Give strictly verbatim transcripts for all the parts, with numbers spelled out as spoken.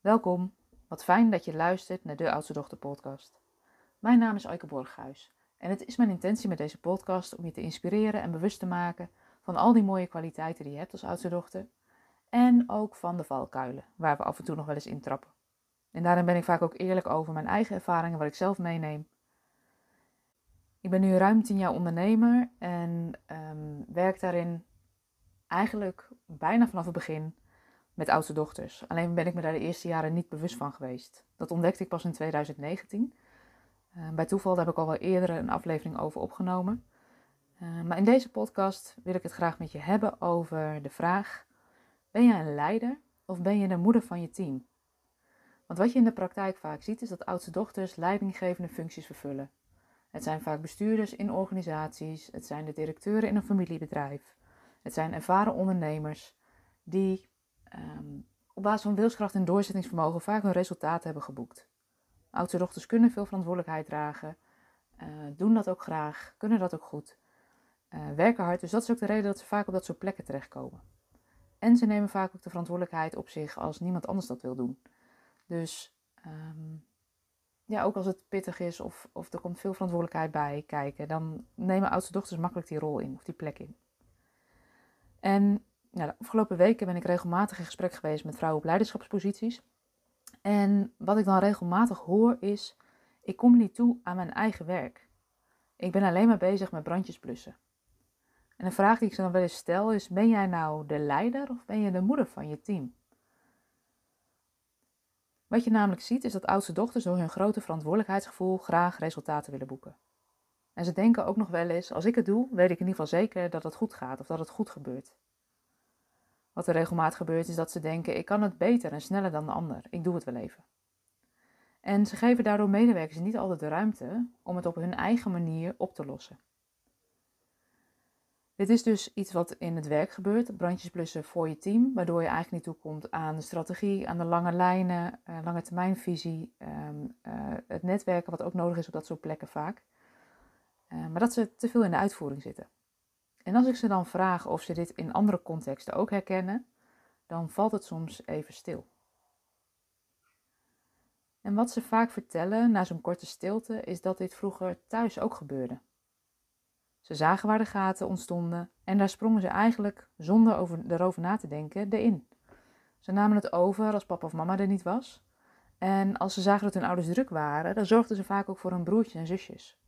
Welkom, wat fijn dat je luistert naar de Oudste Dochter podcast. Mijn naam is Aike Borghuis en het is mijn intentie met deze podcast om je te inspireren en bewust te maken van al die mooie kwaliteiten die je hebt als oudste dochter en ook van de valkuilen waar we af en toe nog wel eens intrappen. En daarin ben ik vaak ook eerlijk over mijn eigen ervaringen, wat ik zelf meeneem. Ik ben nu ruim tien jaar ondernemer en um, werk daarin eigenlijk bijna vanaf het begin met oudste dochters. Alleen ben ik me daar de eerste jaren niet bewust van geweest. Dat ontdekte ik pas in twintig negentien. Uh, bij toeval daar heb ik al wel eerder een aflevering over opgenomen. Uh, maar in deze podcast wil ik het graag met je hebben over de vraag: ben jij een leider of ben je de moeder van je team? Want wat je in de praktijk vaak ziet is dat oudste dochters leidinggevende functies vervullen. Het zijn vaak bestuurders in organisaties, het zijn de directeuren in een familiebedrijf. Het zijn ervaren ondernemers die um, op basis van wilskracht en doorzettingsvermogen vaak hun resultaten hebben geboekt. Oudste dochters kunnen veel verantwoordelijkheid dragen, uh, doen dat ook graag, kunnen dat ook goed, uh, werken hard. Dus dat is ook de reden dat ze vaak op dat soort plekken terechtkomen. En ze nemen vaak ook de verantwoordelijkheid op zich als niemand anders dat wil doen. Dus um, ja, ook als het pittig is of, of er komt veel verantwoordelijkheid bij kijken, dan nemen oudste dochters makkelijk die rol in of die plek in. En nou, de afgelopen weken ben ik regelmatig in gesprek geweest met vrouwen op leiderschapsposities. En wat ik dan regelmatig hoor is: ik kom niet toe aan mijn eigen werk. Ik ben alleen maar bezig met brandjes blussen. En een vraag die ik ze dan wel eens stel is: ben jij nou de leider of ben je de moeder van je team? Wat je namelijk ziet is dat oudste dochters door hun grote verantwoordelijkheidsgevoel graag resultaten willen boeken. En ze denken ook nog wel eens: als ik het doe, weet ik in ieder geval zeker dat het goed gaat of dat het goed gebeurt. Wat er regelmatig gebeurt is dat ze denken: ik kan het beter en sneller dan de ander, ik doe het wel even. En ze geven daardoor medewerkers niet altijd de ruimte om het op hun eigen manier op te lossen. Dit is dus iets wat in het werk gebeurt, brandjes blussen voor je team, waardoor je eigenlijk niet toekomt aan de strategie, aan de lange lijnen, uh, lange termijnvisie, um, uh, het netwerken wat ook nodig is op dat soort plekken vaak. Uh, maar dat ze te veel in de uitvoering zitten. En als ik ze dan vraag of ze dit in andere contexten ook herkennen, dan valt het soms even stil. En wat ze vaak vertellen na zo'n korte stilte is dat dit vroeger thuis ook gebeurde. Ze zagen waar de gaten ontstonden en daar sprongen ze eigenlijk, zonder over, erover na te denken, erin. Ze namen het over als papa of mama er niet was. En als ze zagen dat hun ouders druk waren, dan zorgden ze vaak ook voor hun broertjes en zusjes.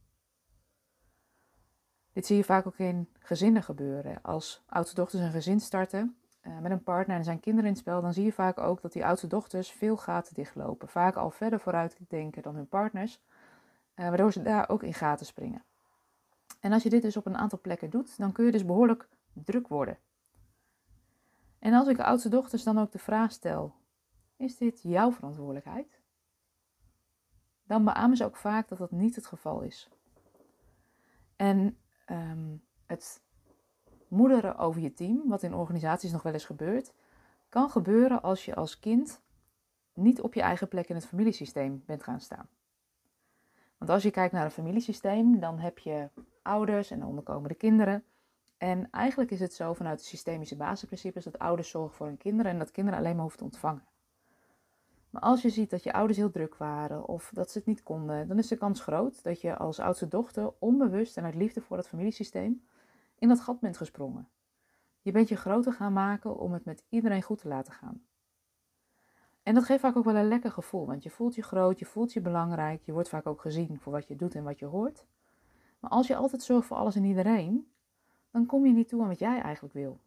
Dit zie je vaak ook in gezinnen gebeuren. Als oudste dochters een gezin starten uh, met een partner en er zijn kinderen in het spel, dan zie je vaak ook dat die oudste dochters veel gaten dichtlopen. Vaak al verder vooruit denken dan hun partners, uh, waardoor ze daar ook in gaten springen. En als je dit dus op een aantal plekken doet, dan kun je dus behoorlijk druk worden. En als ik de oudste dochters dan ook de vraag stel: is dit jouw verantwoordelijkheid? Dan beamen ze ook vaak dat dat niet het geval is. En um, het moederen over je team, wat in organisaties nog wel eens gebeurt, kan gebeuren als je als kind niet op je eigen plek in het familiesysteem bent gaan staan. Want als je kijkt naar een familiesysteem, dan heb je ouders en dan komen de kinderen. En eigenlijk is het zo vanuit de systemische basisprincipes dat ouders zorgen voor hun kinderen en dat kinderen alleen maar hoeven te ontvangen. Maar als je ziet dat je ouders heel druk waren of dat ze het niet konden, dan is de kans groot dat je als oudste dochter onbewust en uit liefde voor dat familiesysteem in dat gat bent gesprongen. Je bent je groter gaan maken om het met iedereen goed te laten gaan. En dat geeft vaak ook wel een lekker gevoel, want je voelt je groot, je voelt je belangrijk, je wordt vaak ook gezien voor wat je doet en wat je hoort. Maar als je altijd zorgt voor alles en iedereen, dan kom je niet toe aan wat jij eigenlijk wil.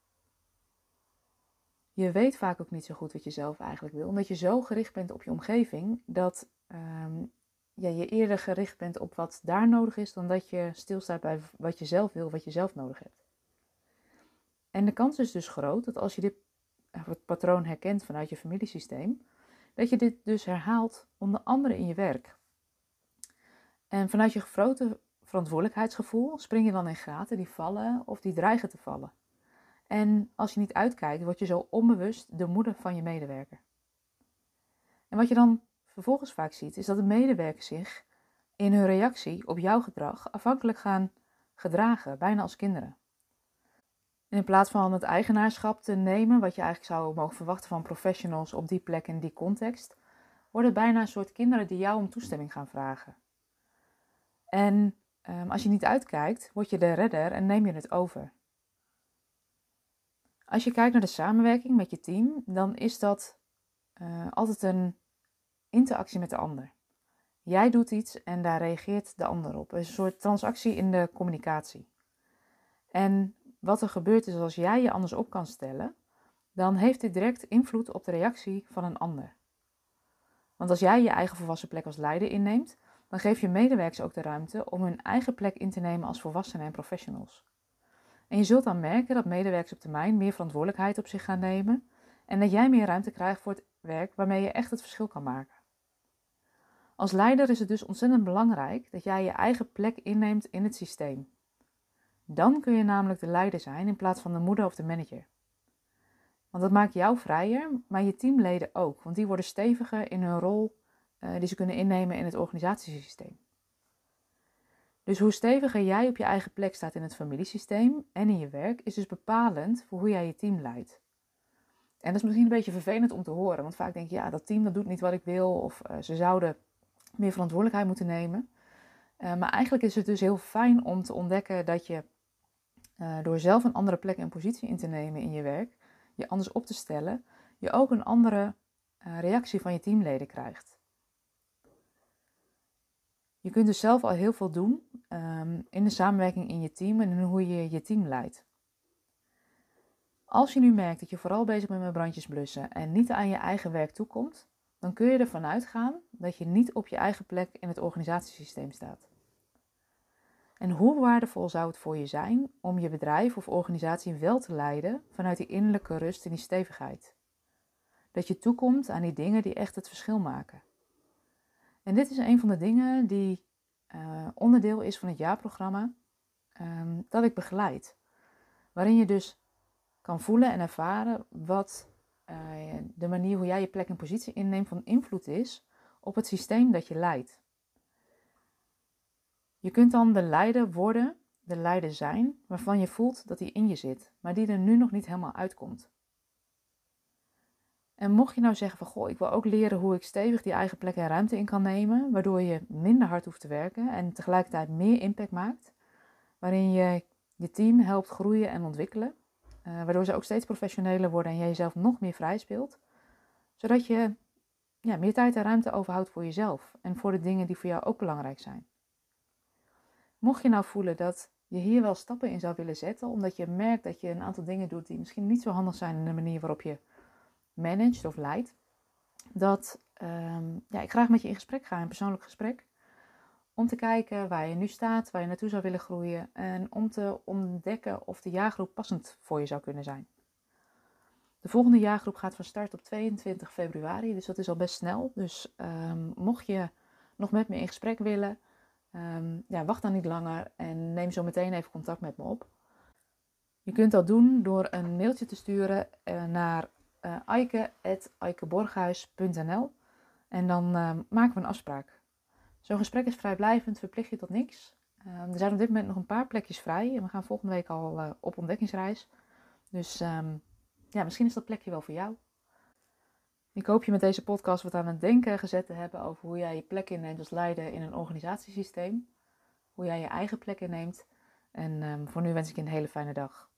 Je weet vaak ook niet zo goed wat je zelf eigenlijk wil, omdat je zo gericht bent op je omgeving, dat um, ja, je eerder gericht bent op wat daar nodig is, dan dat je stilstaat bij wat je zelf wil, wat je zelf nodig hebt. En de kans is dus groot dat als je dit patroon herkent vanuit je familiesysteem, dat je dit dus herhaalt onder andere in je werk. En vanuit je grote verantwoordelijkheidsgevoel spring je dan in gaten die vallen of die dreigen te vallen. En als je niet uitkijkt, word je zo onbewust de moeder van je medewerker. En wat je dan vervolgens vaak ziet, is dat de medewerkers zich in hun reactie op jouw gedrag afhankelijk gaan gedragen, bijna als kinderen. En in plaats van het eigenaarschap te nemen, wat je eigenlijk zou mogen verwachten van professionals op die plek in die context, worden het bijna een soort kinderen die jou om toestemming gaan vragen. En um, als je niet uitkijkt, word je de redder en neem je het over. Als je kijkt naar de samenwerking met je team, dan is dat uh, altijd een interactie met de ander. Jij doet iets en daar reageert de ander op. Het is een soort transactie in de communicatie. En wat er gebeurt is, als jij je anders op kan stellen, dan heeft dit direct invloed op de reactie van een ander. Want als jij je eigen volwassen plek als leider inneemt, dan geef je medewerkers ook de ruimte om hun eigen plek in te nemen als volwassenen en professionals. En je zult dan merken dat medewerkers op termijn meer verantwoordelijkheid op zich gaan nemen en dat jij meer ruimte krijgt voor het werk waarmee je echt het verschil kan maken. Als leider is het dus ontzettend belangrijk dat jij je eigen plek inneemt in het systeem. Dan kun je namelijk de leider zijn in plaats van de moeder of de manager. Want dat maakt jou vrijer, maar je teamleden ook, want die worden steviger in hun rol uh, die ze kunnen innemen in het organisatiesysteem. Dus hoe steviger jij op je eigen plek staat in het familiesysteem en in je werk, is dus bepalend voor hoe jij je team leidt. En dat is misschien een beetje vervelend om te horen, want vaak denk je, ja, dat team dat doet niet wat ik wil, of uh, ze zouden meer verantwoordelijkheid moeten nemen. Uh, maar eigenlijk is het dus heel fijn om te ontdekken dat je uh, door zelf een andere plek en positie in te nemen in je werk, je anders op te stellen, je ook een andere uh, reactie van je teamleden krijgt. Je kunt dus zelf al heel veel doen um, in de samenwerking in je team en in hoe je je team leidt. Als je nu merkt dat je vooral bezig bent met brandjes blussen en niet aan je eigen werk toekomt, dan kun je ervan uitgaan dat je niet op je eigen plek in het organisatiesysteem staat. En hoe waardevol zou het voor je zijn om je bedrijf of organisatie wel te leiden vanuit die innerlijke rust en die stevigheid? Dat je toekomt aan die dingen die echt het verschil maken. En dit is een van de dingen die uh, onderdeel is van het jaarprogramma um, dat ik begeleid. Waarin je dus kan voelen en ervaren wat uh, de manier hoe jij je plek en positie inneemt van invloed is op het systeem dat je leidt. Je kunt dan de leider worden, de leider zijn, waarvan je voelt dat hij in je zit, maar die er nu nog niet helemaal uitkomt. En mocht je nou zeggen van, goh, ik wil ook leren hoe ik stevig die eigen plek en ruimte in kan nemen, waardoor je minder hard hoeft te werken en tegelijkertijd meer impact maakt, waarin je je team helpt groeien en ontwikkelen, uh, waardoor ze ook steeds professioneler worden en jij jezelf nog meer vrij speelt, zodat je ja, meer tijd en ruimte overhoudt voor jezelf en voor de dingen die voor jou ook belangrijk zijn. Mocht je nou voelen dat je hier wel stappen in zou willen zetten, omdat je merkt dat je een aantal dingen doet die misschien niet zo handig zijn in de manier waarop je managt of leidt, dat um, ja, ik graag met je in gesprek ga, een persoonlijk gesprek, om te kijken waar je nu staat, waar je naartoe zou willen groeien en om te ontdekken of de jaargroep passend voor je zou kunnen zijn. De volgende jaargroep gaat van start op tweeëntwintig februari, dus dat is al best snel. Dus um, mocht je nog met me in gesprek willen, um, ja, wacht dan niet langer en neem zo meteen even contact met me op. Je kunt dat doen door een mailtje te sturen uh, naar uh, aike at aikeborghuis punt n l en dan uh, maken we een afspraak. Zo'n gesprek is vrijblijvend, verplicht je tot niks. Uh, er zijn op dit moment nog een paar plekjes vrij en we gaan volgende week al uh, op ontdekkingsreis. Dus um, ja, misschien is dat plekje wel voor jou. Ik hoop je met deze podcast wat aan het denken gezet te hebben over hoe jij je plek inneemt als leider in een organisatiesysteem. Hoe jij je eigen plek inneemt. En um, voor nu wens ik je een hele fijne dag.